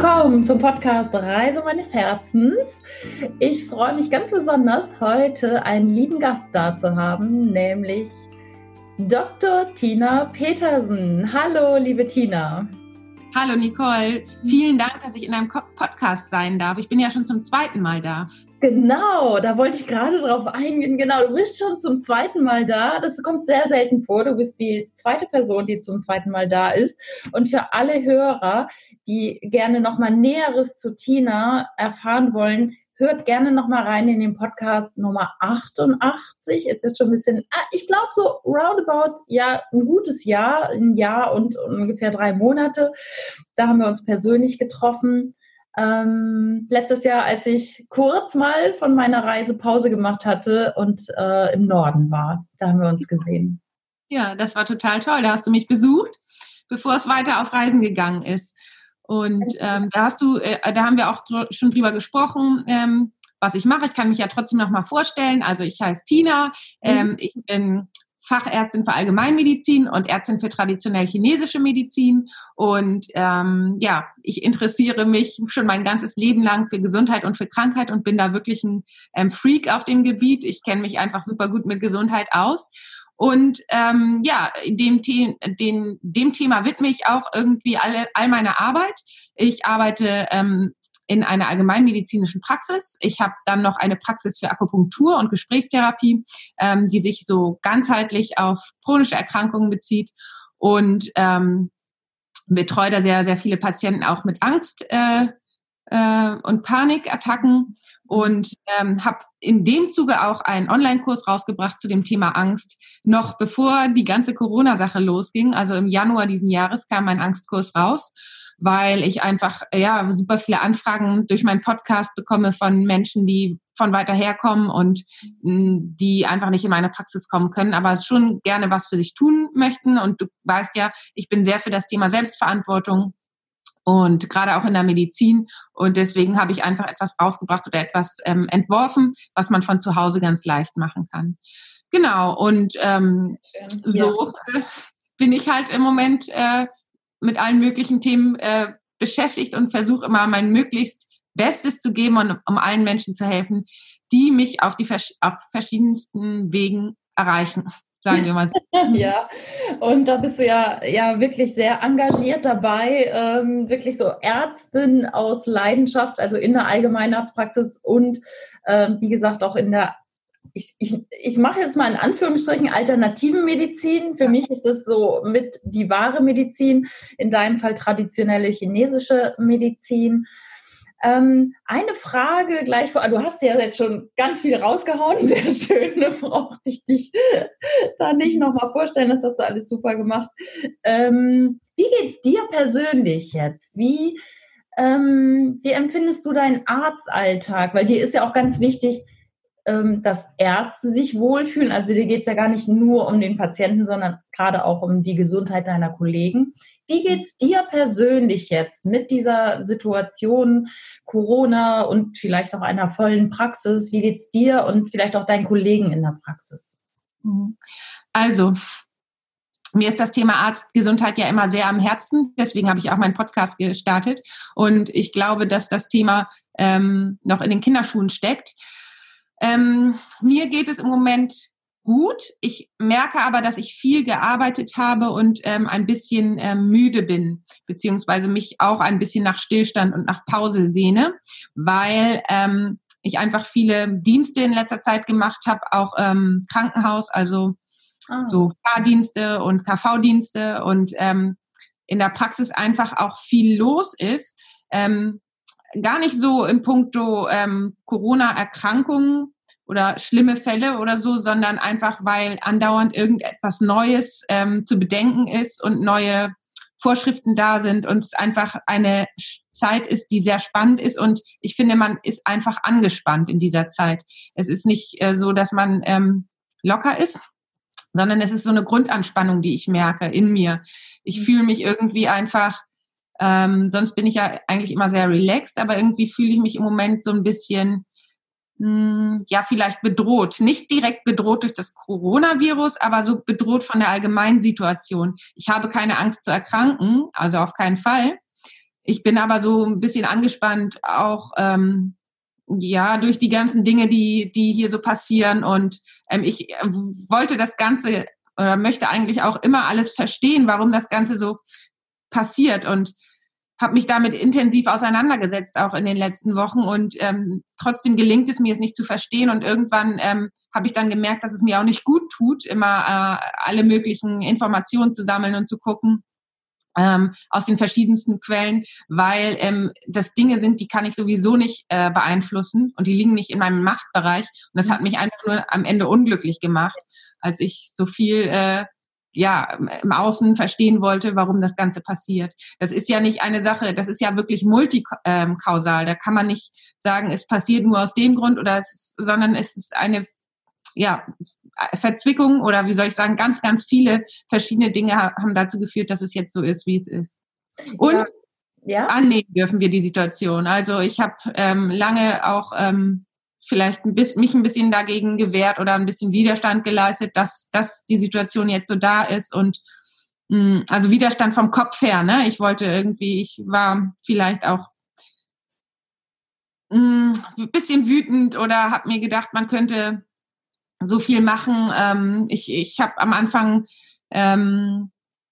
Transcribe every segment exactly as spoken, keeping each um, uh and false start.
willkommen zum Podcast Reise meines Herzens. Ich freue mich ganz besonders, heute einen lieben Gast da zu haben, nämlich Doktor Tina Petersen. Hallo, liebe Tina. Hallo Nicole, vielen Dank, dass ich in deinem Podcast sein darf. Ich bin ja schon zum zweiten Mal da. Genau, da wollte ich gerade drauf eingehen. Genau, du bist schon zum zweiten Mal da. Das kommt sehr selten vor. Du bist die zweite Person, die zum zweiten Mal da ist. Und für alle Hörer, die gerne nochmal Näheres zu Tina erfahren wollen, hört gerne nochmal rein in den Podcast Nummer achtundachtzig. Ist jetzt schon ein bisschen, ich glaube so roundabout, ja, ein gutes Jahr, ein Jahr und ungefähr drei Monate. Da haben wir uns persönlich getroffen. Ähm, letztes Jahr, als ich kurz mal von meiner Reise Pause gemacht hatte und äh, im Norden war, da haben wir uns gesehen. Ja, das war total toll. Da hast du mich besucht, bevor es weiter auf Reisen gegangen ist. Und ähm, da hast du, äh, da haben wir auch dr- schon drüber gesprochen, ähm, was ich mache. Ich kann mich ja trotzdem noch mal vorstellen. Also ich heiße Tina, ähm, mhm. ich bin Fachärztin für Allgemeinmedizin und Ärztin für traditionell chinesische Medizin. Und ähm, ja, ich interessiere mich schon mein ganzes Leben lang für Gesundheit und für Krankheit und bin da wirklich ein ähm, Freak auf dem Gebiet. Ich kenne mich einfach super gut mit Gesundheit aus. Und ähm, ja, dem, The- den, dem Thema widme ich auch irgendwie alle, all meine Arbeit. Ich arbeite ähm, in einer allgemeinmedizinischen Praxis. Ich habe dann noch eine Praxis für Akupunktur und Gesprächstherapie, ähm, die sich so ganzheitlich auf chronische Erkrankungen bezieht und ähm, betreue da sehr, sehr viele Patienten auch mit Angst äh, äh, und Panikattacken und ähm, habe in dem Zuge auch einen Online-Kurs rausgebracht zu dem Thema Angst, noch bevor die ganze Corona-Sache losging. Also im Januar diesen Jahres kam mein Angstkurs raus, weil ich einfach ja super viele Anfragen durch meinen Podcast bekomme von Menschen, die von weiter herkommen und mh, die einfach nicht in meine Praxis kommen können, aber schon gerne was für sich tun möchten. Und du weißt ja, ich bin sehr für das Thema Selbstverantwortung und gerade auch in der Medizin. Und deswegen habe ich einfach etwas rausgebracht oder etwas ähm, entworfen, was man von zu Hause ganz leicht machen kann. Genau, und ähm, so ja. äh, bin ich halt im Moment äh, mit allen möglichen Themen äh, beschäftigt und versuche immer mein möglichst Bestes zu geben und um allen Menschen zu helfen, die mich auf die vers- auf verschiedensten Wegen erreichen. Sagen wir mal so. Ja, und da bist du ja, ja wirklich sehr engagiert dabei, ähm, wirklich so Ärztin aus Leidenschaft, also in der Allgemeinarztpraxis und ähm, wie gesagt auch in der, ich, ich, ich mache jetzt mal in Anführungsstrichen alternativen Medizin. Für mich ist das so mit die wahre Medizin, in deinem Fall traditionelle chinesische Medizin. Ähm, eine Frage gleich vor, du hast ja jetzt schon ganz viel rausgehauen, sehr schön, da brauchte ich dich da nicht nochmal vorstellen, das hast du alles super gemacht. Ähm, wie geht's dir persönlich jetzt? Wie, ähm, wie empfindest du deinen Arztalltag? Weil dir ist ja auch ganz wichtig, ähm, dass Ärzte sich wohlfühlen, also dir geht's ja gar nicht nur um den Patienten, sondern gerade auch um die Gesundheit deiner Kollegen. Wie geht's dir persönlich jetzt mit dieser Situation Corona und vielleicht auch einer vollen Praxis? Wie geht's dir und vielleicht auch deinen Kollegen in der Praxis? Also, mir ist das Thema Arztgesundheit ja immer sehr am Herzen. Deswegen habe ich auch meinen Podcast gestartet. Und ich glaube, dass das Thema ähm, noch in den Kinderschuhen steckt. Ähm, mir geht es im Moment gut. Ich merke aber, dass ich viel gearbeitet habe und ähm, ein bisschen ähm, müde bin, beziehungsweise mich auch ein bisschen nach Stillstand und nach Pause sehne, weil ähm, ich einfach viele Dienste in letzter Zeit gemacht habe, auch ähm, Krankenhaus, also ah. so Fahrdienste und K V-Dienste und ähm, in der Praxis einfach auch viel los ist. Ähm, gar nicht so im Puncto ähm, Corona-Erkrankungen oder schlimme Fälle oder so, sondern einfach, weil andauernd irgendetwas Neues ähm, zu bedenken ist und neue Vorschriften da sind und es einfach eine Zeit ist, die sehr spannend ist und ich finde, man ist einfach angespannt in dieser Zeit. Es ist nicht äh, so, dass man ähm, locker ist, sondern es ist so eine Grundanspannung, die ich merke in mir. Ich mhm. fühle mich irgendwie einfach, ähm, sonst bin ich ja eigentlich immer sehr relaxed, aber irgendwie fühle ich mich im Moment so ein bisschen ja, vielleicht bedroht. Nicht direkt bedroht durch das Coronavirus, aber so bedroht von der allgemeinen Situation. Ich habe keine Angst zu erkranken, also auf keinen Fall. ich bin aber so ein bisschen angespannt, auch ähm, ja durch die ganzen Dinge, die die hier so passieren. Und ähm, ich äh, wollte das Ganze oder möchte eigentlich auch immer alles verstehen, warum das Ganze so passiert, und habe mich damit intensiv auseinandergesetzt, auch in den letzten Wochen. Und ähm, trotzdem gelingt es mir, es nicht zu verstehen. Und irgendwann ähm, habe ich dann gemerkt, dass es mir auch nicht gut tut, immer äh, alle möglichen Informationen zu sammeln und zu gucken ähm, aus den verschiedensten Quellen, weil ähm, das Dinge sind, die kann ich sowieso nicht äh, beeinflussen und die liegen nicht in meinem Machtbereich. Und das hat mich einfach nur am Ende unglücklich gemacht, als ich so viel äh, ja im Außen verstehen wollte, warum das Ganze passiert. Das ist ja nicht eine Sache, das ist ja wirklich multikausal. Da kann man nicht sagen, es passiert nur aus dem Grund, oder es, sondern es ist eine ja, Verzwickung, oder wie soll ich sagen, ganz, ganz viele verschiedene Dinge haben dazu geführt, dass es jetzt so ist, wie es ist. Und ja. Ja? Annehmen dürfen wir die Situation. Also ich habe ähm, lange auch ähm, vielleicht ein bisschen, mich ein bisschen dagegen gewehrt oder ein bisschen Widerstand geleistet, dass, dass die Situation jetzt so da ist. Und mh, also Widerstand vom Kopf her, ne? Ich wollte irgendwie, ich war vielleicht auch mh, ein bisschen wütend oder habe mir gedacht, man könnte so viel machen. Ähm, ich ich habe am Anfang ähm,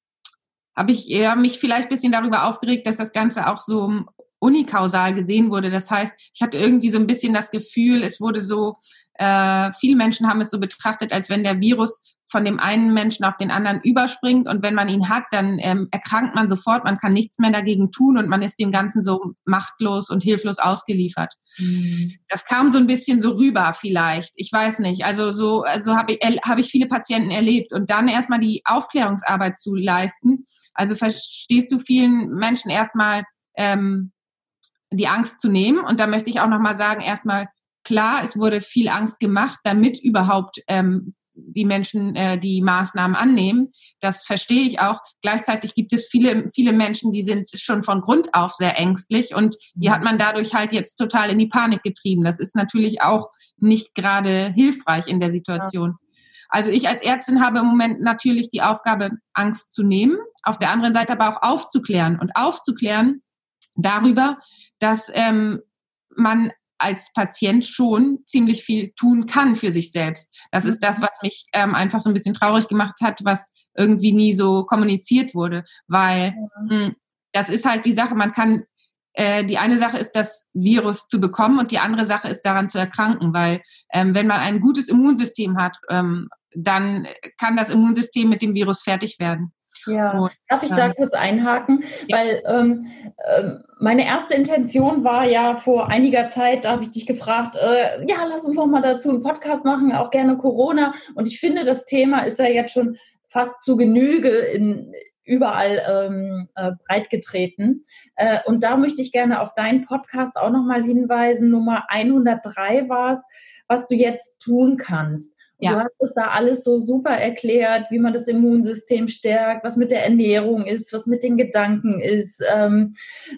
habe ich ja, mich vielleicht ein bisschen darüber aufgeregt, dass das Ganze auch so unikausal gesehen wurde. Das heißt, ich hatte irgendwie so ein bisschen das Gefühl, es wurde so, äh, viele Menschen haben es so betrachtet, als wenn der Virus von dem einen Menschen auf den anderen überspringt, und wenn man ihn hat, dann ähm, erkrankt man sofort, man kann nichts mehr dagegen tun und man ist dem Ganzen so machtlos und hilflos ausgeliefert. Mhm. Das kam so ein bisschen so rüber vielleicht, ich weiß nicht, also so also habe ich, hab ich viele Patienten erlebt, und dann erstmal die Aufklärungsarbeit zu leisten. Also verstehst du, vielen Menschen erstmal ähm, die Angst zu nehmen, und da möchte ich auch nochmal sagen, erstmal klar, es wurde viel Angst gemacht, damit überhaupt ähm, die Menschen äh, die Maßnahmen annehmen. Das verstehe ich auch. Gleichzeitig gibt es viele, viele Menschen, die sind schon von Grund auf sehr ängstlich, und die hat man dadurch halt jetzt total in die Panik getrieben. Das ist natürlich auch nicht gerade hilfreich in der Situation. Ja. Also ich als Ärztin habe im Moment natürlich die Aufgabe, Angst zu nehmen, auf der anderen Seite aber auch aufzuklären und aufzuklären darüber, dass ähm, man als Patient schon ziemlich viel tun kann für sich selbst. Das ist das, was mich ähm, einfach so ein bisschen traurig gemacht hat, was irgendwie nie so kommuniziert wurde, weil mh, das ist halt die Sache, man kann, äh, die eine Sache ist, das Virus zu bekommen, und die andere Sache ist, daran zu erkranken, weil ähm, wenn man ein gutes Immunsystem hat, ähm, dann kann das Immunsystem mit dem Virus fertig werden. Ja, und, darf ich da ähm, kurz einhaken? Ja. Weil ähm, äh, meine erste Intention war ja vor einiger Zeit, da habe ich dich gefragt, äh, ja, lass uns doch mal dazu einen Podcast machen, auch gerne Corona. Und ich finde, das Thema ist ja jetzt schon fast zu Genüge in überall ähm, äh, breitgetreten. Äh, und da möchte ich gerne auf deinen Podcast auch nochmal hinweisen. Nummer hundertdrei war es, was du jetzt tun kannst. Ja. Du hast es da alles so super erklärt, wie man das Immunsystem stärkt, was mit der Ernährung ist, was mit den Gedanken ist, ähm,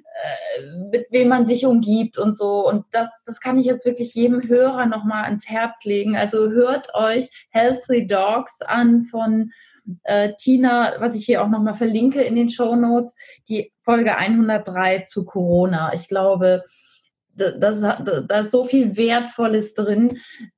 äh, mit wem man sich umgibt und so. Und das, das kann ich jetzt wirklich jedem Hörer nochmal ans Herz legen. Also hört euch Healthy Dogs an von äh, Tina, was ich hier auch nochmal verlinke in den Shownotes, die Folge hundertdrei zu Corona. Ich glaube, da, da ist so viel Wertvolles drin.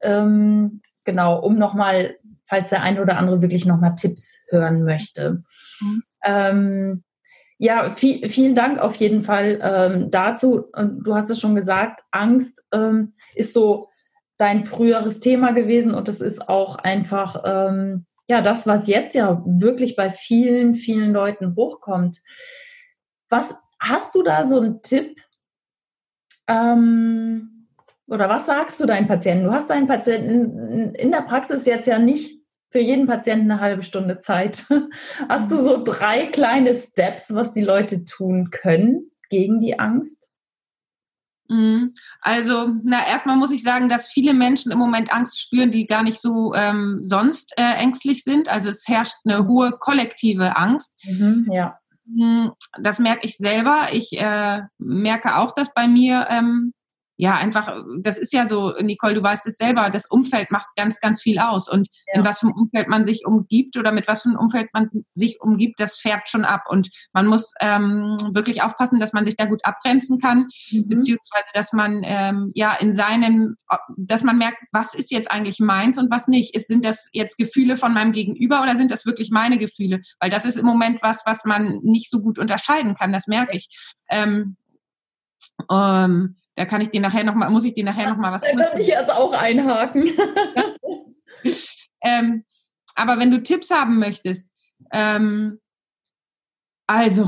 Ähm, Genau, um nochmal, falls der eine oder andere wirklich nochmal Tipps hören möchte. Mhm. Ähm, ja, viel, vielen Dank auf jeden Fall ähm, dazu. Und du hast es schon gesagt, Angst ähm, ist so dein früheres Thema gewesen, und das ist auch einfach ähm, ja das, was jetzt ja wirklich bei vielen, vielen Leuten hochkommt. Was hast du da so einen Tipp? Ähm, Oder was sagst du deinen Patienten? Du hast deinen Patienten in der Praxis jetzt ja nicht für jeden Patienten eine halbe Stunde Zeit. Hast du so drei kleine Steps, was die Leute tun können gegen die Angst? Also, na, erstmal muss ich sagen, dass viele Menschen im Moment Angst spüren, die gar nicht so ähm, sonst äh, ängstlich sind. Also es herrscht eine hohe kollektive Angst. Mhm, ja. Das merke ich selber. Ich äh, merke auch, dass bei mir ähm, ja, einfach, das ist ja so, Nicole, du weißt es selber, das Umfeld macht ganz, ganz viel aus. Und ja. in was für einem Umfeld man sich umgibt oder mit was für einem Umfeld man sich umgibt, das färbt schon ab. Und man muss ähm, wirklich aufpassen, dass man sich da gut abgrenzen kann, mhm. beziehungsweise, dass man ähm, ja in seinem, dass man merkt, was ist jetzt eigentlich meins und was nicht. Ist, sind das jetzt Gefühle von meinem Gegenüber oder sind das wirklich meine Gefühle? Weil das ist im Moment was, was man nicht so gut unterscheiden kann, das merke ich. Ähm, ähm, Da kann ich dir nachher noch mal, muss ich dir nachher noch mal was. Da könnte ich jetzt auch einhaken. ähm, aber wenn du Tipps haben möchtest, ähm, also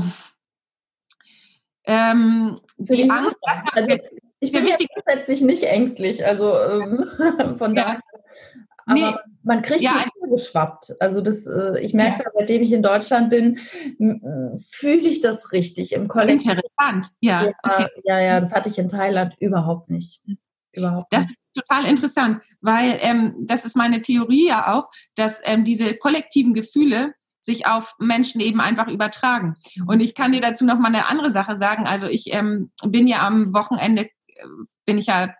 ähm, die, die Angst. Also, ich bin ja grundsätzlich nicht ängstlich, also ähm, von ja. daher. Aber nee. man kriegt ja die geschwappt. Also das, äh, ich merke es ja. ja, seitdem ich in Deutschland bin, fühle ich das richtig im Kollektiv. Interessant, ja. Ja, okay. ja, ja, das hatte ich in Thailand überhaupt nicht. Überhaupt das nicht. ist total interessant, weil ähm, das ist meine Theorie ja auch, dass ähm, diese kollektiven Gefühle sich auf Menschen eben einfach übertragen. Und ich kann dir dazu noch mal eine andere Sache sagen. Also ich ähm, bin ja am Wochenende, äh, bin ich ja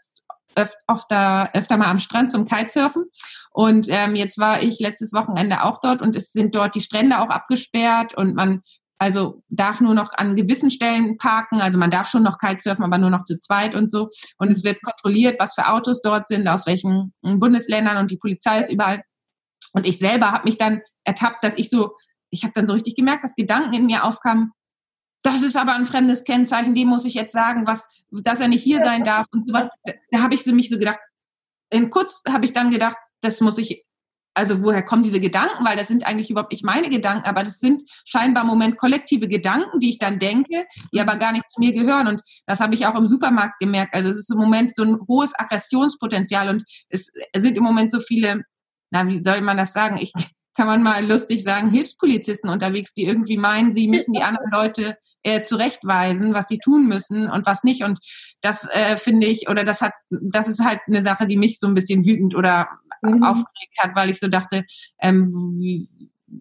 öfter, öfter mal am Strand zum Kitesurfen. Und ähm, jetzt war ich letztes Wochenende auch dort und es sind dort die Strände auch abgesperrt und man also darf nur noch an gewissen Stellen parken. Also man darf schon noch Kitesurfen, aber nur noch zu zweit und so. Und es wird kontrolliert, was für Autos dort sind, aus welchen Bundesländern und die Polizei ist überall. Und ich selber habe mich dann ertappt, dass ich so, ich habe dann so richtig gemerkt, dass Gedanken in mir aufkamen, das ist aber ein fremdes Kennzeichen, dem muss ich jetzt sagen, was, dass er nicht hier sein darf und sowas. Da, da habe ich so mich so gedacht, in kurz habe ich dann gedacht, das muss ich, also woher kommen diese Gedanken? Weil das sind eigentlich überhaupt nicht meine Gedanken, aber das sind scheinbar im Moment kollektive Gedanken, die ich dann denke, die aber gar nicht zu mir gehören. Und das habe ich auch im Supermarkt gemerkt. Also es ist im Moment so ein hohes Aggressionspotenzial und es sind im Moment so viele, na, wie soll man das sagen? Ich kann man mal lustig sagen, Hilfspolizisten unterwegs, die irgendwie meinen, sie müssen die anderen Leute äh, zurechtweisen, was sie tun müssen und was nicht. Und das äh, finde ich, oder das hat, das ist halt eine Sache, die mich so ein bisschen wütend oder mhm. aufgeregt hat, weil ich so dachte, ähm, wie,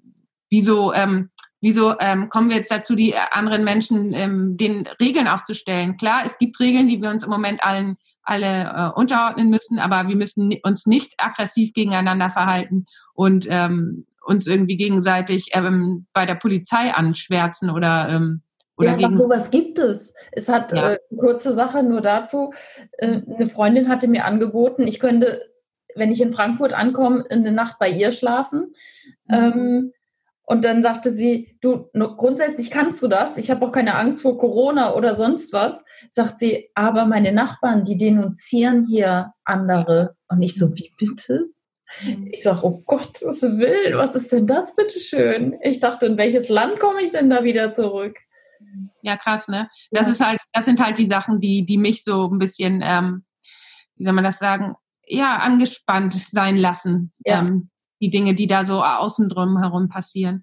wieso, ähm, wieso ähm, kommen wir jetzt dazu, die anderen Menschen ähm, den Regeln aufzustellen? Klar, es gibt Regeln, die wir uns im Moment allen alle äh, unterordnen müssen, aber wir müssen uns nicht aggressiv gegeneinander verhalten und ähm, uns irgendwie gegenseitig ähm, bei der Polizei anschwärzen oder ähm, oder ja, aber sowas gibt es. Es hat ja. äh, eine kurze Sache nur dazu. Äh, eine Freundin hatte mir angeboten, ich könnte, wenn ich in Frankfurt ankomme, eine Nacht bei ihr schlafen. Mhm. Ähm, und dann sagte sie, du, grundsätzlich kannst du das. Ich habe auch keine Angst vor Corona oder sonst was. Sagt sie, aber meine Nachbarn, die denunzieren hier andere. Und ich so, wie bitte? Ich sage, oh Gottes Willen, was ist denn das, bitteschön? Ich dachte, in welches Land komme ich denn da wieder zurück? Ja, krass, ne? Das ja. ist halt, das sind halt die Sachen, die, die mich so ein bisschen, ähm, wie soll man das sagen, ja, angespannt sein lassen. Ja. Ähm, die Dinge, die da so außen drum herum passieren.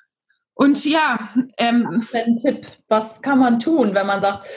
Und ja, ähm, ein Tipp, was kann man tun, wenn man sagt,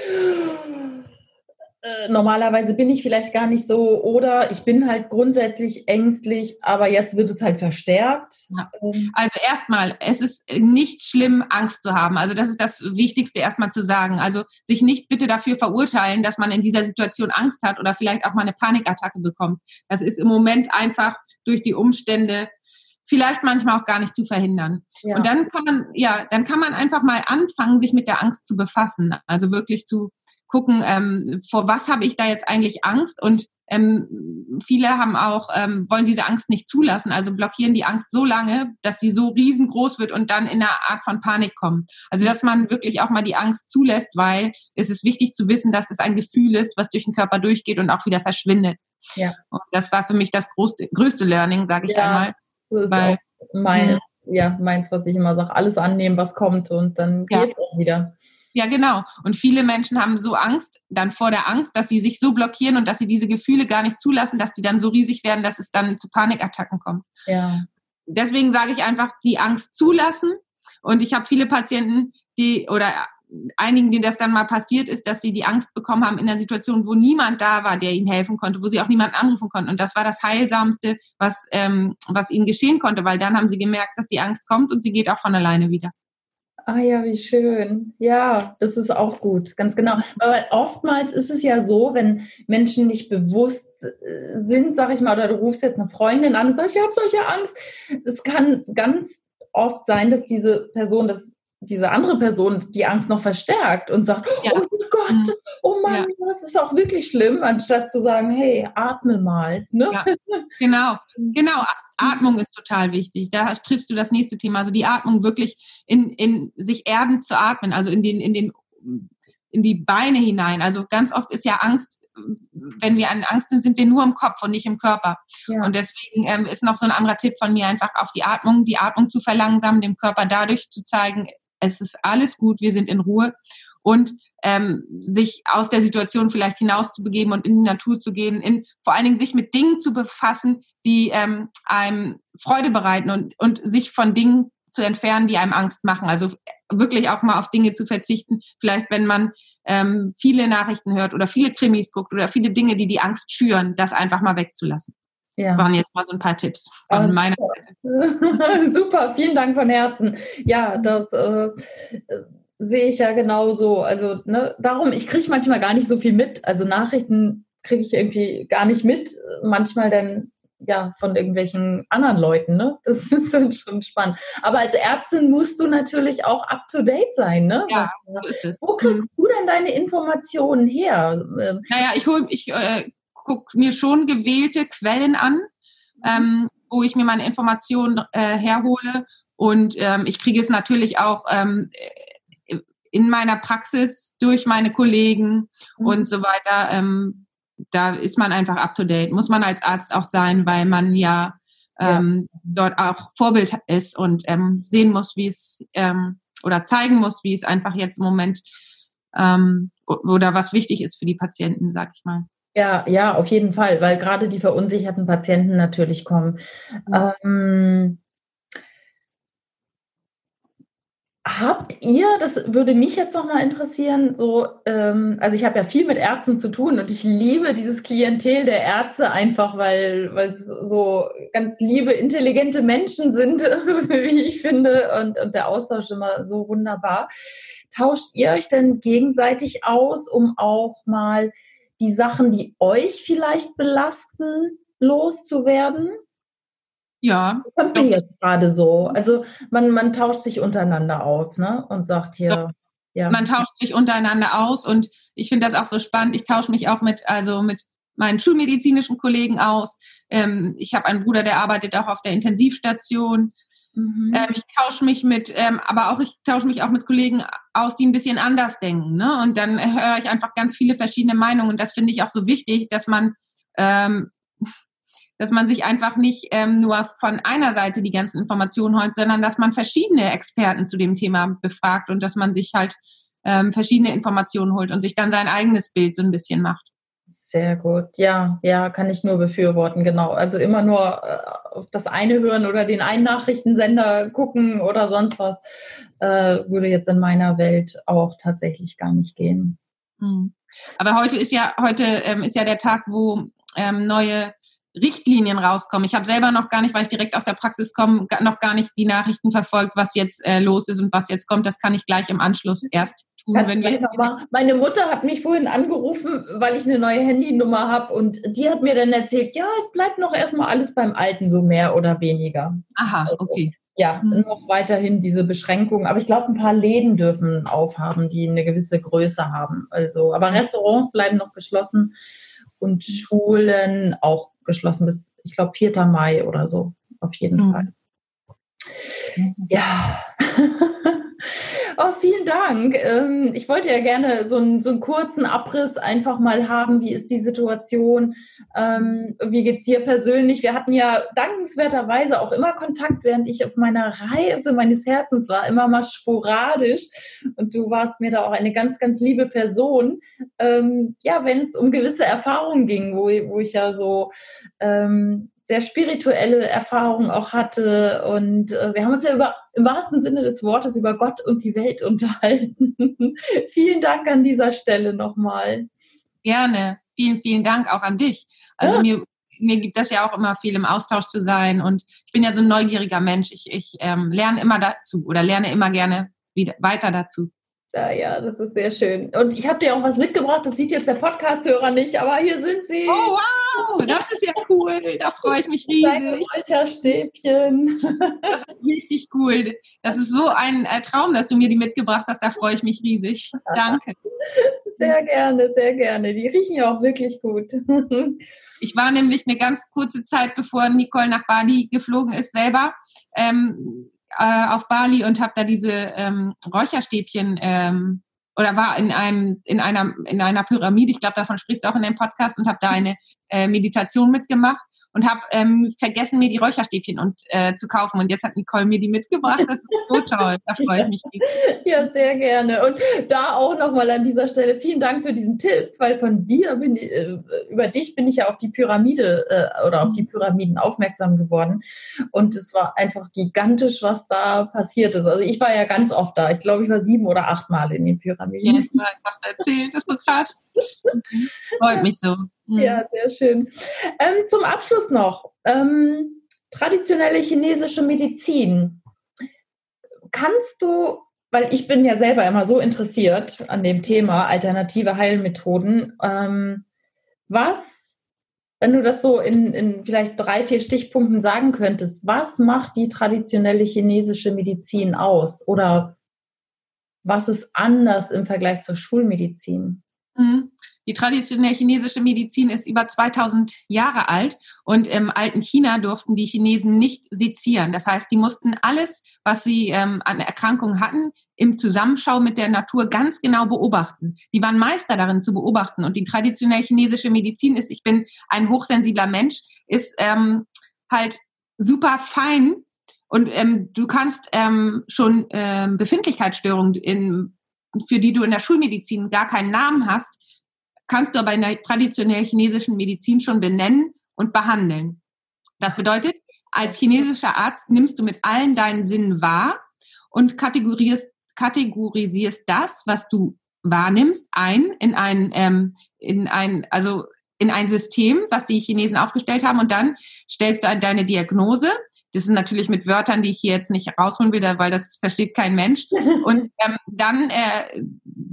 äh, normalerweise bin ich vielleicht gar nicht so oder ich bin halt grundsätzlich ängstlich, aber jetzt wird es halt verstärkt. Ja. Also erstmal, es ist nicht schlimm, Angst zu haben. Also das ist das Wichtigste erstmal zu sagen. Also sich nicht bitte dafür verurteilen, dass man in dieser Situation Angst hat oder vielleicht auch mal eine Panikattacke bekommt. Das ist im Moment einfach durch die Umstände vielleicht manchmal auch gar nicht zu verhindern. Ja. Und dann kann man, ja, dann kann man einfach mal anfangen, sich mit der Angst zu befassen. Also wirklich zu gucken, ähm, vor was habe ich da jetzt eigentlich Angst? Und ähm, viele haben auch, ähm, wollen diese Angst nicht zulassen, also blockieren die Angst so lange, dass sie so riesengroß wird und dann in eine Art von Panik kommen. Also dass man wirklich auch mal die Angst zulässt, weil es ist wichtig zu wissen, dass das ein Gefühl ist, was durch den Körper durchgeht und auch wieder verschwindet. Ja. Und das war für mich das größte, größte Learning, sage ich ja, einmal. Das ist weil, auch mein, ja, meins, was ich immer sage, alles annehmen, was kommt und dann ja. geht es auch wieder. Ja, genau. Und viele Menschen haben so Angst, dann vor der Angst, dass sie sich so blockieren und dass sie diese Gefühle gar nicht zulassen, dass die dann so riesig werden, dass es dann zu Panikattacken kommt. Ja. Deswegen sage ich einfach, die Angst zulassen. Und ich habe viele Patienten, die oder einigen, denen das dann mal passiert ist, dass sie die Angst bekommen haben in einer Situation, wo niemand da war, der ihnen helfen konnte, wo sie auch niemanden anrufen konnten. Und das war das Heilsamste, was, ähm, was ihnen geschehen konnte, weil dann haben sie gemerkt, dass die Angst kommt und sie geht auch von alleine wieder. Ah ja, wie schön. Ja, das ist auch gut, ganz genau. Aber oftmals ist es ja so, wenn Menschen nicht bewusst äh, sind, sag ich mal, oder du rufst jetzt eine Freundin an und sagst, ich habe solche Angst. Es kann ganz oft sein, dass diese Person, dass diese andere Person die Angst noch verstärkt und sagt, Ja. oh Mhm. Gott, oh Mann, Ja. das ist auch wirklich schlimm, anstatt zu sagen, hey, atme mal. Ne? Ja, genau. Genau, Atmung ist total wichtig. Da triffst du das nächste Thema. Also die Atmung wirklich in, in sich erdend zu atmen, also in den, in den, in die Beine hinein. Also ganz oft ist ja Angst, wenn wir an Angst sind, sind wir nur im Kopf und nicht im Körper. Ja. Und deswegen ähm, ist noch so ein anderer Tipp von mir, einfach auf die Atmung, die Atmung zu verlangsamen, dem Körper dadurch zu zeigen, es ist alles gut, wir sind in Ruhe. Und ähm, sich aus der Situation vielleicht hinauszubegeben und in die Natur zu gehen, in, vor allen Dingen sich mit Dingen zu befassen, die ähm, einem Freude bereiten und, und sich von Dingen zu entfernen, die einem Angst machen. Also wirklich auch mal auf Dinge zu verzichten, vielleicht wenn man ähm, viele Nachrichten hört oder viele Krimis guckt oder viele Dinge, die die Angst schüren, das einfach mal wegzulassen. Ja. Das waren jetzt mal so ein paar Tipps von also, meiner Seite. Super, vielen Dank von Herzen. Ja, das äh, sehe ich ja genauso. Also, ne, darum, ich kriege manchmal gar nicht so viel mit. Also Nachrichten kriege ich irgendwie gar nicht mit. Manchmal dann ja von irgendwelchen anderen Leuten, ne? Das ist dann schon spannend. Aber als Ärztin musst du natürlich auch up to date sein, ne? Ja, Was, so ist es. Wo kriegst hm. du denn deine Informationen her? Naja, ich hole, ich äh, gucke mir schon gewählte Quellen an, mhm. ähm, wo ich mir meine Informationen äh, herhole. Und ähm, ich kriege es natürlich auch ähm, in meiner Praxis durch meine Kollegen mhm. und so weiter. Ähm, da ist man einfach up to date. Muss man als Arzt auch sein, weil man ja, ähm, ja. dort auch Vorbild ist und ähm, sehen muss, wie es ähm, oder zeigen muss, wie es einfach jetzt im Moment ähm, oder was wichtig ist für die Patienten, sag ich mal. Ja, ja, auf jeden Fall, weil gerade die verunsicherten Patienten natürlich kommen. Mhm. Ähm, Habt ihr, das würde mich jetzt noch mal interessieren, so, ähm, also ich habe ja viel mit Ärzten zu tun und ich liebe dieses Klientel der Ärzte einfach, weil weil es so ganz liebe, intelligente Menschen sind, wie ich finde, und, und der Austausch immer so wunderbar. Tauscht ihr euch denn gegenseitig aus, um auch mal die Sachen, die euch vielleicht belasten, loszuwerden? Ja. Das kommt mir jetzt gerade so. Also man, man tauscht sich untereinander aus, ne? Und sagt hier, ja. Man tauscht sich untereinander aus und ich finde das auch so spannend. Ich tausche mich auch mit, also mit meinen schulmedizinischen Kollegen aus. Ähm, ich habe einen Bruder, der arbeitet auch auf der Intensivstation. Mhm. Ähm, ich tausche mich mit, ähm, aber auch ich tausche mich auch mit Kollegen aus, die ein bisschen anders denken, ne? Und dann höre ich einfach ganz viele verschiedene Meinungen. Und das finde ich auch so wichtig, dass man ähm, dass man sich einfach nicht ähm, nur von einer Seite die ganzen Informationen holt, sondern dass man verschiedene Experten zu dem Thema befragt und dass man sich halt ähm, verschiedene Informationen holt und sich dann sein eigenes Bild so ein bisschen macht. Sehr gut. Ja, ja, kann ich nur befürworten, genau. Also immer nur äh, auf das eine hören oder den einen Nachrichtensender gucken oder sonst was, äh, würde jetzt in meiner Welt auch tatsächlich gar nicht gehen. Hm. Aber heute ist ja, heute ähm, ist ja der Tag, wo ähm, neue Richtlinien rauskommen. Ich habe selber noch gar nicht, weil ich direkt aus der Praxis komme, noch gar nicht die Nachrichten verfolgt, was jetzt äh, los ist und was jetzt kommt. Das kann ich gleich im Anschluss erst tun. Wenn wir Meine Mutter hat mich vorhin angerufen, weil ich eine neue Handynummer habe und die hat mir dann erzählt, ja, es bleibt noch erstmal alles beim Alten, so mehr oder weniger. Aha, okay. Also, ja, hm. noch weiterhin diese Beschränkungen. Aber ich glaube, ein paar Läden dürfen aufhaben, die eine gewisse Größe haben. Also, aber Restaurants bleiben noch geschlossen und Schulen auch geschlossen bis, ich glaube, vierter Mai oder so, auf jeden mhm. Fall. Ja. Oh, vielen Dank. Ich wollte ja gerne so einen, so einen kurzen Abriss einfach mal haben. Wie ist die Situation? Wie geht's dir persönlich? Wir hatten ja dankenswerterweise auch immer Kontakt, während ich auf meiner Reise meines Herzens war, immer mal sporadisch. Und du warst mir da auch eine ganz, ganz liebe Person. Ja, wenn es um gewisse Erfahrungen ging, wo, wo ich ja so sehr spirituelle Erfahrungen auch hatte und äh, wir haben uns ja über, im wahrsten Sinne des Wortes über Gott und die Welt unterhalten. Vielen Dank an dieser Stelle nochmal. Gerne. Vielen, vielen Dank auch an dich. Also ja. mir, mir gibt das ja auch immer viel, im Austausch zu sein und ich bin ja so ein neugieriger Mensch. Ich, ich ähm, lerne immer dazu oder lerne immer gerne wieder weiter dazu. Ja, ja, das ist sehr schön. Und ich habe dir auch was mitgebracht, das sieht jetzt der Podcast-Hörer nicht, aber hier sind sie. Oh, wow, das ist ja cool. Da freue ich mich riesig. Deine Räucherstäbchen. Das ist richtig cool. Das ist so ein äh, Traum, dass du mir die mitgebracht hast. Da freue ich mich riesig. Danke. Sehr gerne, sehr gerne. Die riechen ja auch wirklich gut. Ich war nämlich eine ganz kurze Zeit, bevor Nicole nach Bali geflogen ist, selber ähm, äh, auf Bali und habe da diese ähm, Räucherstäbchen ähm, oder war in einem in einer in einer Pyramide. Ich glaube, davon sprichst du auch in dem Podcast und habe da eine äh, Meditation mitgemacht. Und habe ähm, vergessen, mir die Räucherstäbchen und, äh, zu kaufen. Und jetzt hat Nicole mir die mitgebracht. Das ist so toll. Da freue ich mich. Ja, sehr gerne. Und da auch nochmal an dieser Stelle vielen Dank für diesen Tipp, weil von dir bin ich, äh, über dich bin ich ja auf die Pyramide äh, oder auf die Pyramiden aufmerksam geworden. Und es war einfach gigantisch, was da passiert ist. Also ich war ja ganz oft da. Ich glaube, ich war sieben oder acht Mal in den Pyramiden. Ja, ich weiß, was du erzählt. Das ist so krass. Freut mich so. Mhm. Ja, sehr schön. Ähm, zum Abschluss noch, ähm, traditionelle chinesische Medizin. Kannst du, weil ich bin ja selber immer so interessiert an dem Thema alternative Heilmethoden, ähm, was, wenn du das so in, in vielleicht drei, vier Stichpunkten sagen könntest, was macht die traditionelle chinesische Medizin aus? Oder was ist anders im Vergleich zur Schulmedizin? Mhm. Die traditionelle chinesische Medizin ist über zweitausend Jahre alt und im alten China durften die Chinesen nicht sezieren. Das heißt, die mussten alles, was sie ähm, an Erkrankungen hatten, im Zusammenschau mit der Natur ganz genau beobachten. Die waren Meister darin zu beobachten. Und die traditionelle chinesische Medizin ist, ich bin ein hochsensibler Mensch, ist ähm, halt super fein und ähm, du kannst ähm, schon ähm, Befindlichkeitsstörungen, in, für die du in der Schulmedizin gar keinen Namen hast, kannst du aber in der traditionellen chinesischen Medizin schon benennen und behandeln. Das bedeutet, als chinesischer Arzt nimmst du mit allen deinen Sinnen wahr und kategorisierst, kategorisierst das, was du wahrnimmst, ein in ein, ähm, in ein, also in ein System, was die Chinesen aufgestellt haben, und dann stellst du deine Diagnose. Das sind natürlich mit Wörtern, die ich hier jetzt nicht rausholen will, weil das versteht kein Mensch. Und ähm, dann äh,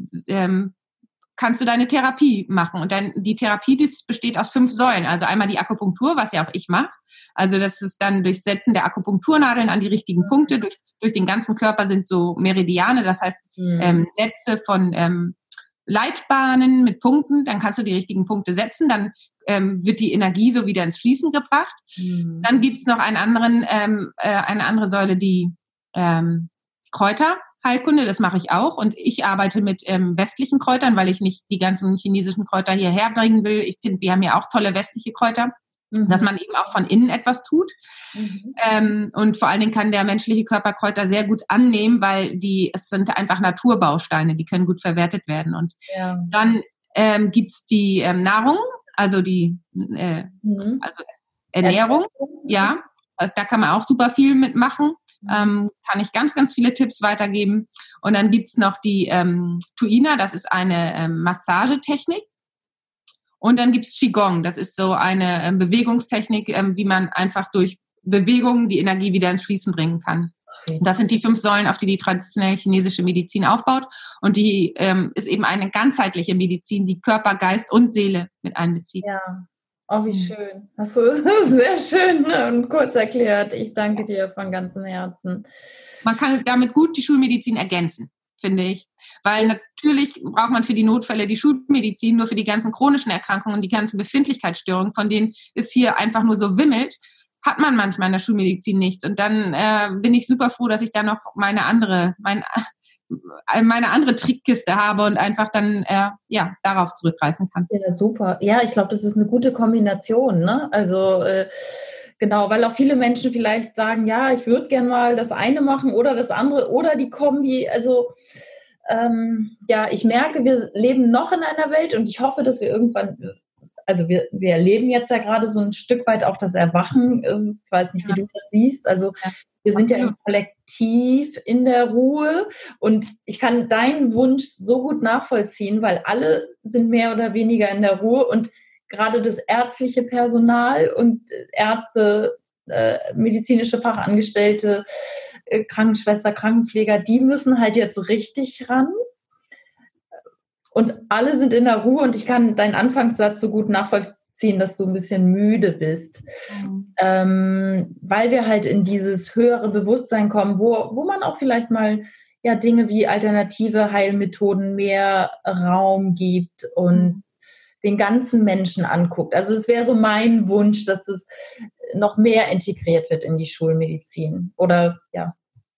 ähm, kannst du deine Therapie machen. Und dann die Therapie, das besteht aus fünf Säulen. Also einmal die Akupunktur, was ja auch ich mache. Also das ist dann durch Setzen der Akupunkturnadeln an die richtigen Punkte. Durch, durch den ganzen Körper sind so Meridiane, das heißt mhm. ähm, Netze von ähm, Leitbahnen mit Punkten. Dann kannst du die richtigen Punkte setzen. Dann ähm, wird die Energie so wieder ins Fließen gebracht. Mhm. Dann gibt's noch einen anderen, ähm, äh, eine andere Säule, die ähm, Kräuter. Heilkunde, das mache ich auch, und ich arbeite mit ähm, westlichen Kräutern, weil ich nicht die ganzen chinesischen Kräuter hierher bringen will. Ich finde, wir haben ja auch tolle westliche Kräuter, mhm. dass man eben auch von innen etwas tut. Mhm. Ähm, und vor allen Dingen kann der menschliche Körper Kräuter sehr gut annehmen, weil die, es sind einfach Naturbausteine, die können gut verwertet werden. Und ja. dann ähm, gibt's die ähm, Nahrung, also die äh, mhm. also Ernährung, ja, also da kann man auch super viel mitmachen. Ähm, kann ich ganz, ganz viele Tipps weitergeben. Und dann gibt's noch die ähm, Tuina, das ist eine ähm, Massagetechnik. Und dann gibt's Qigong, das ist so eine ähm, Bewegungstechnik, ähm, wie man einfach durch Bewegungen die Energie wieder ins Fließen bringen kann. Okay. Das sind die fünf Säulen, auf die die traditionelle chinesische Medizin aufbaut. Und die ähm, ist eben eine ganzheitliche Medizin, die Körper, Geist und Seele mit einbezieht. Ja. Oh, wie schön. Hast du sehr schön und kurz erklärt. Ich danke dir von ganzem Herzen. Man kann damit gut die Schulmedizin ergänzen, finde ich. Weil natürlich braucht man für die Notfälle die Schulmedizin, nur für die ganzen chronischen Erkrankungen, die ganzen Befindlichkeitsstörungen, von denen es hier einfach nur so wimmelt, hat man manchmal in der Schulmedizin nichts. Und dann äh, bin ich super froh, dass ich da noch meine andere, mein, meine andere Trickkiste habe und einfach dann äh, ja darauf zurückgreifen kann. Ja, super. Ja, ich glaube, das ist eine gute Kombination, ne? Also äh, genau, weil auch viele Menschen vielleicht sagen, ja, ich würde gern mal das eine machen oder das andere oder die Kombi. Also ähm, ja, ich merke, wir leben noch in einer Welt und ich hoffe, dass wir irgendwann, also wir, wir erleben jetzt ja gerade so ein Stück weit auch das Erwachen. Ich weiß nicht, wie ja. du das siehst. Also ja. Wir sind ja im Kollektiv in der Ruhe und ich kann deinen Wunsch so gut nachvollziehen, weil alle sind mehr oder weniger in der Ruhe und gerade das ärztliche Personal und Ärzte, äh, medizinische Fachangestellte, Krankenschwester, Krankenpfleger, die müssen halt jetzt richtig ran. Und alle sind in der Ruhe und ich kann deinen Anfangssatz so gut nachvollziehen, dass du ein bisschen müde bist. Mhm. Ähm, weil wir halt in dieses höhere Bewusstsein kommen, wo, wo man auch vielleicht mal ja Dinge wie alternative Heilmethoden mehr Raum gibt und mhm. den ganzen Menschen anguckt. Also es wäre so mein Wunsch, dass es noch mehr integriert wird in die Schulmedizin. Oder ja.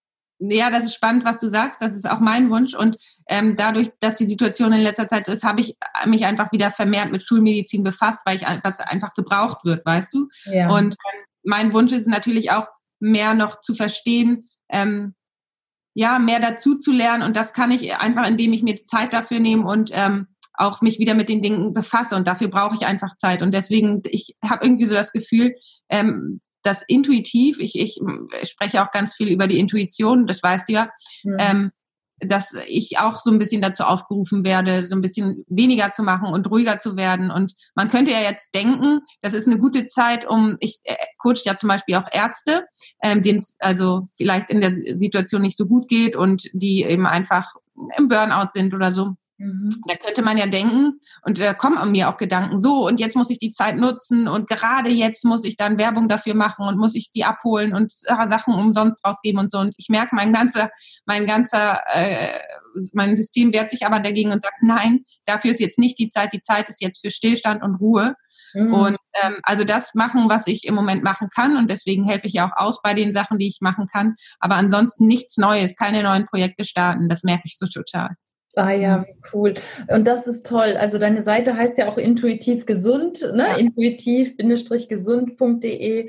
Ja, das ist spannend, was du sagst. Das ist auch mein Wunsch. Und ähm, dadurch, dass die Situation in letzter Zeit so ist, habe ich mich einfach wieder vermehrt mit Schulmedizin befasst, weil ich was einfach gebraucht wird, weißt du? Ja. Und ähm, mein Wunsch ist natürlich auch, mehr noch zu verstehen, ähm, ja, mehr dazu zu lernen. Und das kann ich einfach, indem ich mir Zeit dafür nehme und ähm, auch mich wieder mit den Dingen befasse. Und dafür brauche ich einfach Zeit. Und deswegen, ich habe irgendwie so das Gefühl, ähm, dass intuitiv, ich, ich spreche auch ganz viel über die Intuition, das weißt du ja, mhm. ähm, dass ich auch so ein bisschen dazu aufgerufen werde, so ein bisschen weniger zu machen und ruhiger zu werden. Und man könnte ja jetzt denken, das ist eine gute Zeit, um, ich äh, coach ja zum Beispiel auch Ärzte, ähm, denen es also vielleicht in der Situation nicht so gut geht und die eben einfach im Burnout sind oder so. Mhm. Da könnte man ja denken, und da kommen an mir auch Gedanken, so, und jetzt muss ich die Zeit nutzen und gerade jetzt muss ich dann Werbung dafür machen und muss ich die abholen und äh, Sachen umsonst rausgeben und so. Und ich merke, mein ganzer, mein ganzer, äh, mein System wehrt sich aber dagegen und sagt, nein, dafür ist jetzt nicht die Zeit, die Zeit ist jetzt für Stillstand und Ruhe. Mhm. Und ähm, also das machen, was ich im Moment machen kann, und deswegen helfe ich ja auch aus bei den Sachen, die ich machen kann, aber ansonsten nichts Neues, keine neuen Projekte starten, das merke ich so total. Ah ja, wie cool. Und das ist toll. Also deine Seite heißt ja auch intuitiv gesund, ne? Ja. intuitiv gesund punkt de.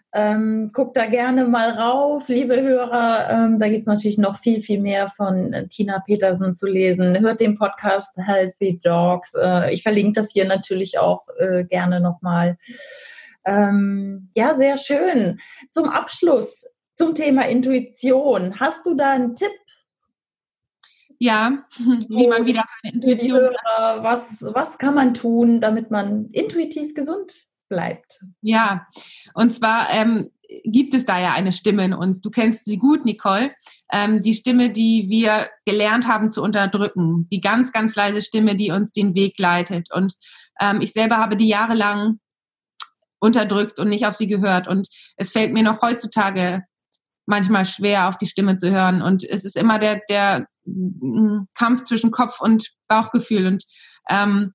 Ähm, guckt da gerne mal rauf, liebe Hörer. Ähm, da gibt es natürlich noch viel, viel mehr von äh, Tina Petersen zu lesen. Hört den Podcast Healthy Dogs. Äh, ich verlinke das hier natürlich auch äh, gerne nochmal. Ähm, ja, sehr schön. Zum Abschluss, zum Thema Intuition. Hast du da einen Tipp? Ja, wie man wieder seine Intuition... Hörer, was, was kann man tun, damit man intuitiv gesund bleibt? Ja, und zwar ähm, gibt es da ja eine Stimme in uns. Du kennst sie gut, Nicole. Ähm, die Stimme, die wir gelernt haben zu unterdrücken. Die ganz, ganz leise Stimme, die uns den Weg leitet. Und ähm, ich selber habe die jahrelang unterdrückt und nicht auf sie gehört. Und es fällt mir noch heutzutage manchmal schwer, auf die Stimme zu hören. Und es ist immer der, der Kampf zwischen Kopf und Bauchgefühl. Und ähm,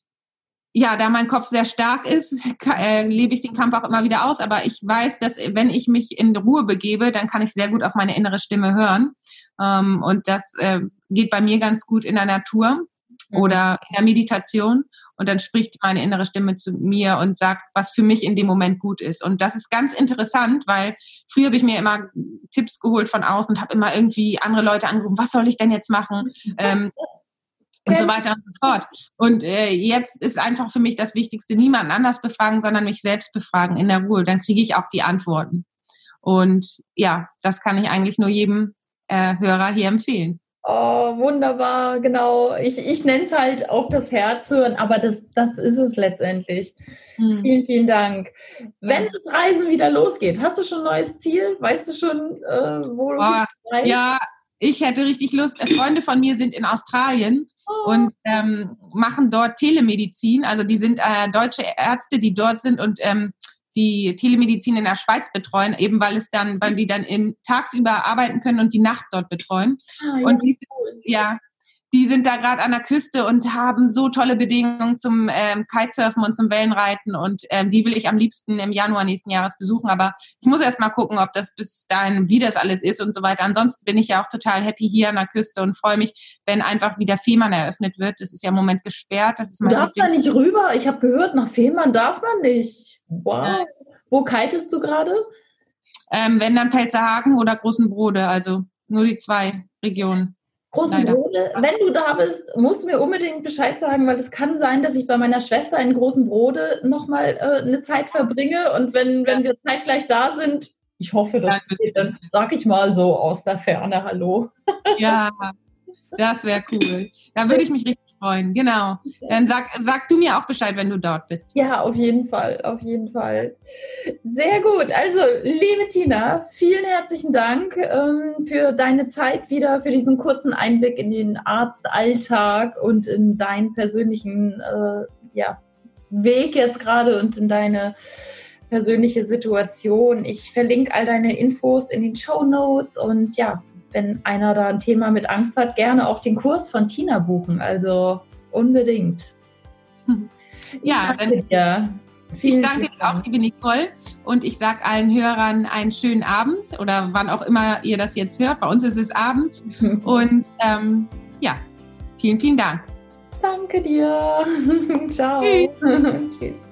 ja, da mein Kopf sehr stark ist, äh, lebe ich den Kampf auch immer wieder aus. Aber ich weiß, dass wenn ich mich in Ruhe begebe, dann kann ich sehr gut auf meine innere Stimme hören. Ähm, und das äh, geht bei mir ganz gut in der Natur oder in der Meditation. Und dann spricht meine innere Stimme zu mir und sagt, was für mich in dem Moment gut ist. Und das ist ganz interessant, weil früher habe ich mir immer Tipps geholt von außen und habe immer irgendwie andere Leute angerufen, was soll ich denn jetzt machen? Ähm, und so weiter und so fort. Und äh, jetzt ist einfach für mich das Wichtigste, niemanden anders befragen, sondern mich selbst befragen in der Ruhe. Dann kriege ich auch die Antworten. Und ja, das kann ich eigentlich nur jedem äh, Hörer hier empfehlen. Oh, wunderbar, genau. Ich, ich nenne es halt auf das Herz hören, aber das, das ist es letztendlich. Hm. Vielen, vielen Dank. Wenn das Reisen wieder losgeht, hast du schon ein neues Ziel? Weißt du schon, äh, wo du oh, reist? Ja, ich hätte richtig Lust. Freunde von mir sind in Australien oh. und ähm, machen dort Telemedizin. Also die sind äh, deutsche Ärzte, die dort sind und ähm, die Telemedizin in der Schweiz betreuen, eben weil es dann, weil die dann in, tagsüber arbeiten können und die Nacht dort betreuen. Ah, ja, und die, ja, die sind da gerade an der Küste und haben so tolle Bedingungen zum ähm, Kitesurfen und zum Wellenreiten und ähm, die will ich am liebsten im Januar nächsten Jahres besuchen, aber ich muss erst mal gucken, ob das bis dahin, wie das alles ist und so weiter. Ansonsten bin ich ja auch total happy hier an der Küste und freue mich, wenn einfach wieder Fehmarn eröffnet wird. Das ist ja im Moment gesperrt. Das ist mein du darfst da nicht rüber. Ich habe gehört, nach Fehmarn darf man nicht. Wow. Wo kitest du gerade? Ähm, wenn dann Pelzerhaken oder Großenbrode, also nur die zwei Regionen. Großenbrode, wenn du da bist, musst du mir unbedingt Bescheid sagen, weil es kann sein, dass ich bei meiner Schwester in Großenbrode nochmal äh, eine Zeit verbringe und wenn, wenn wir zeitgleich da sind, ich hoffe, das geht, dann sag ich mal so aus der Ferne Hallo. Ja, das wäre cool. Da würde ich mich richtig freuen. Genau. Dann sag, sag du mir auch Bescheid, wenn du dort bist. Ja, auf jeden Fall, auf jeden Fall. Sehr gut. Also, liebe Tina, vielen herzlichen Dank ähm, für deine Zeit wieder, für diesen kurzen Einblick in den Arztalltag und in deinen persönlichen äh, ja, Weg jetzt gerade und in deine persönliche Situation. Ich verlinke all deine Infos in den Shownotes und ja, wenn einer da ein Thema mit Angst hat, gerne auch den Kurs von Tina buchen. Also unbedingt. Ja, dann, dir. Ich danke dir auch, liebe Nicole. Und ich sage allen Hörern einen schönen Abend oder wann auch immer ihr das jetzt hört. Bei uns ist es abends. Und ähm, ja, vielen, vielen Dank. Danke dir. Ciao. Tschüss.